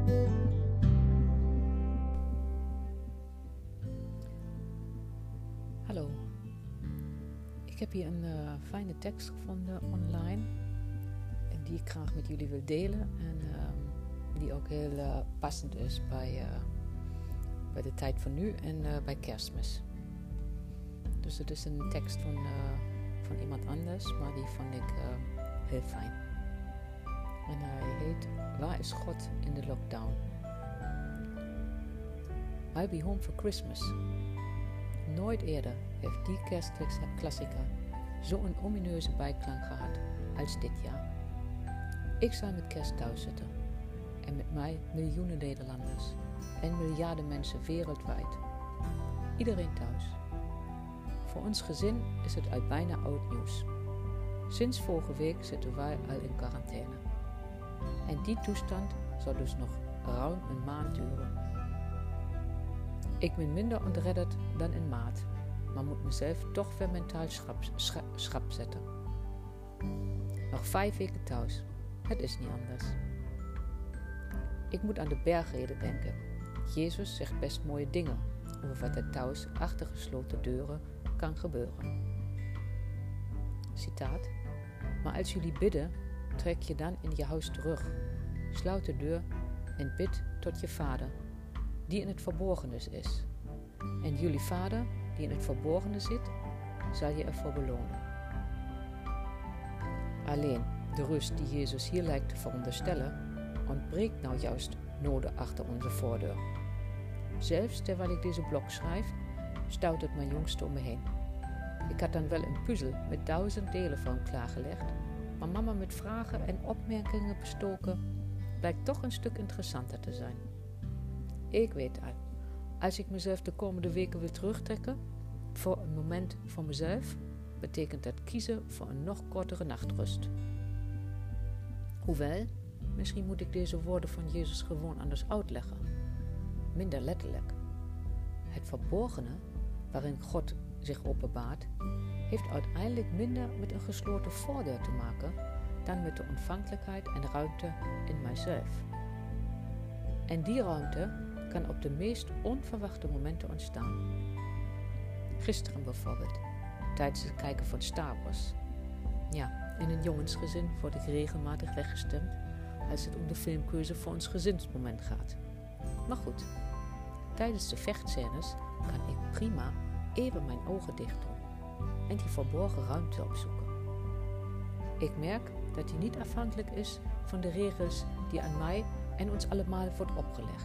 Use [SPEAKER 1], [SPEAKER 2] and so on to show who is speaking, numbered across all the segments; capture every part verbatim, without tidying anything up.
[SPEAKER 1] Hallo, ik heb hier een uh, fijne tekst gevonden online en die ik graag met jullie wil delen en uh, die ook heel uh, passend is bij, uh, bij de tijd van nu en uh, bij Kerstmis. Dus het is een tekst van, uh, van iemand anders, maar die vond ik uh, heel fijn. En hij heet Waar is God in de lockdown? I'll be home for Christmas. Nooit eerder heeft die kerstklassieker zo'n omineuze bijklank gehad als dit jaar. Ik zal met kerst thuis zitten en met mij miljoenen Nederlanders en miljarden mensen wereldwijd. Iedereen thuis. Voor ons gezin is het uit bijna oud nieuws. Sinds vorige week zitten wij al in quarantaine. En die toestand zal dus nog ruim een maand duren. Ik ben minder ontredderd dan in maart, maar moet mezelf toch weer mentaal schrap, schrap, schrap zetten. Nog vijf weken thuis, het is niet anders. Ik moet aan de bergreden denken. Jezus zegt best mooie dingen over wat er thuis achter gesloten deuren kan gebeuren. Citaat: maar als jullie bidden, trek je dan in je huis terug, sluit de deur en bid tot je Vader, die in het verborgene is. En jullie Vader, die in het verborgene zit, zal je ervoor belonen. Alleen de rust die Jezus hier lijkt te veronderstellen, ontbreekt nou juist noden achter onze voordeur. Zelfs terwijl ik deze blog schrijf, stoutert mijn jongste om me heen. Ik had dan wel een puzzel met duizend delen voor hem klaargelegd, maar mama met vragen en opmerkingen bestoken blijkt toch een stuk interessanter te zijn. Ik weet al, als ik mezelf de komende weken wil terugtrekken voor een moment voor mezelf, betekent dat kiezen voor een nog kortere nachtrust. Hoewel, misschien moet ik deze woorden van Jezus gewoon anders uitleggen. Minder letterlijk. Het verborgene, waarin God zich openbaart, heeft uiteindelijk minder met een gesloten voordeur te maken dan met de ontvankelijkheid en ruimte in mijzelf. En die ruimte kan op de meest onverwachte momenten ontstaan. Gisteren bijvoorbeeld, tijdens het kijken van Star Wars. Ja, in een jongensgezin word ik regelmatig weggestemd als het om de filmkeuze voor ons gezinsmoment gaat. Maar goed, tijdens de vechtscènes kan ik prima even mijn ogen dicht doen en die verborgen ruimte opzoeken. Ik merk dat die niet afhankelijk is van de regels die aan mij en ons allemaal wordt opgelegd.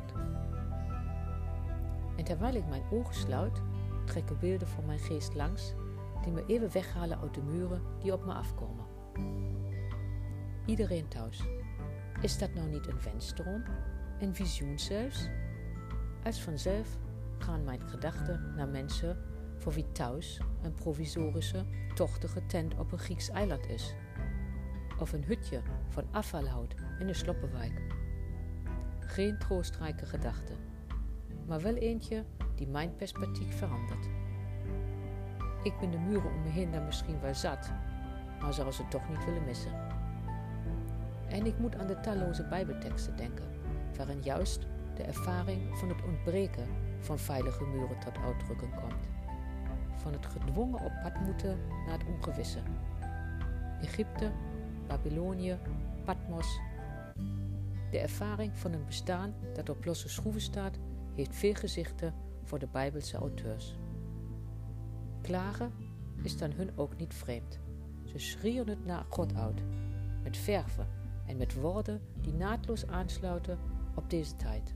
[SPEAKER 1] En terwijl ik mijn ogen sluit, trekken beelden voor mijn geest langs die me even weghalen uit de muren die op me afkomen. Iedereen thuis. Is dat nou niet een wensdroom? Een visioen zelfs? Als vanzelf gaan mijn gedachten naar mensen voor wie thuis een provisorische, tochtige tent op een Grieks eiland is. Of een hutje van afvalhout in de Sloppenwijk. Geen troostrijke gedachte, maar wel eentje die mijn perspectief verandert. Ik ben de muren om me heen dan misschien wel zat, maar zou ze toch niet willen missen. En ik moet aan de talloze Bijbelteksten denken, waarin juist de ervaring van het ontbreken van veilige muren tot uitdrukking komt. Van het gedwongen op pad moeten naar het ongewisse. Egypte, Babylonië, Patmos. De ervaring van een bestaan dat op losse schroeven staat, heeft veel gezichten voor de Bijbelse auteurs. Klagen is dan hun ook niet vreemd. Ze schreeuwen het naar God uit, met verven en met woorden die naadloos aansluiten op deze tijd.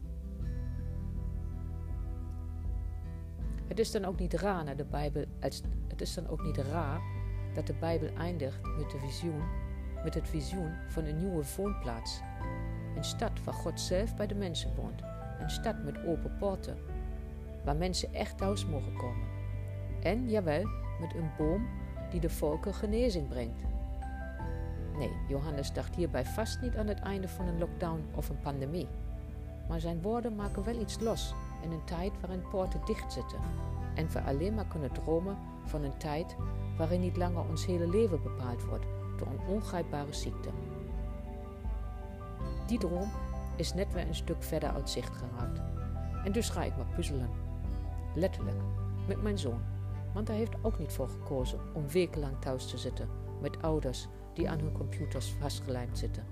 [SPEAKER 1] Het is dan ook niet raar naar de Bijbel, als, het is dan ook niet raar dat de Bijbel eindigt met, de visioen, met het visioen van een nieuwe woonplaats. Een stad waar God zelf bij de mensen woont. Een stad met open poorten, waar mensen echt thuis mogen komen. En, jawel, met een boom die de volken genezing brengt. Nee, Johannes dacht hierbij vast niet aan het einde van een lockdown of een pandemie. Maar zijn woorden maken wel iets los in een tijd waarin poorten dicht zitten. En we alleen maar kunnen dromen van een tijd waarin niet langer ons hele leven bepaald wordt door een ongrijpbare ziekte. Die droom is net weer een stuk verder uit zicht geraakt. En dus ga ik maar puzzelen. Letterlijk, met mijn zoon. Want hij heeft ook niet voor gekozen om wekenlang thuis te zitten met ouders die aan hun computers vastgelijmd zitten.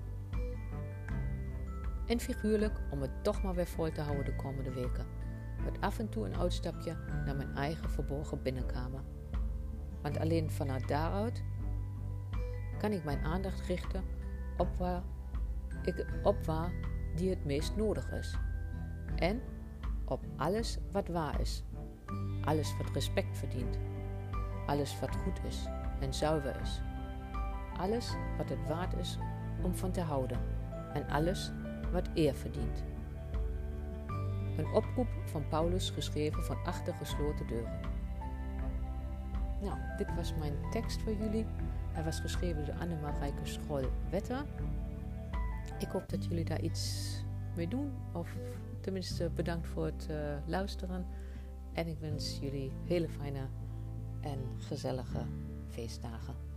[SPEAKER 1] En figuurlijk om het toch maar weer vol te houden de komende weken. Met af en toe een uitstapje naar mijn eigen verborgen binnenkamer. Want alleen vanuit daaruit kan ik mijn aandacht richten op waar, ik, op waar die het meest nodig is. En op alles wat waar is. Alles wat respect verdient. Alles wat goed is en zuiver is. Alles wat het waard is om van te houden. En alles wat eer verdient. Een oproep van Paulus geschreven van achter gesloten deuren. Nou, dit was mijn tekst voor jullie. Hij was geschreven door Annemarijke Schrol-Wetter. Ik hoop dat jullie daar iets mee doen. Of tenminste bedankt voor het uh, luisteren. En ik wens jullie hele fijne en gezellige feestdagen.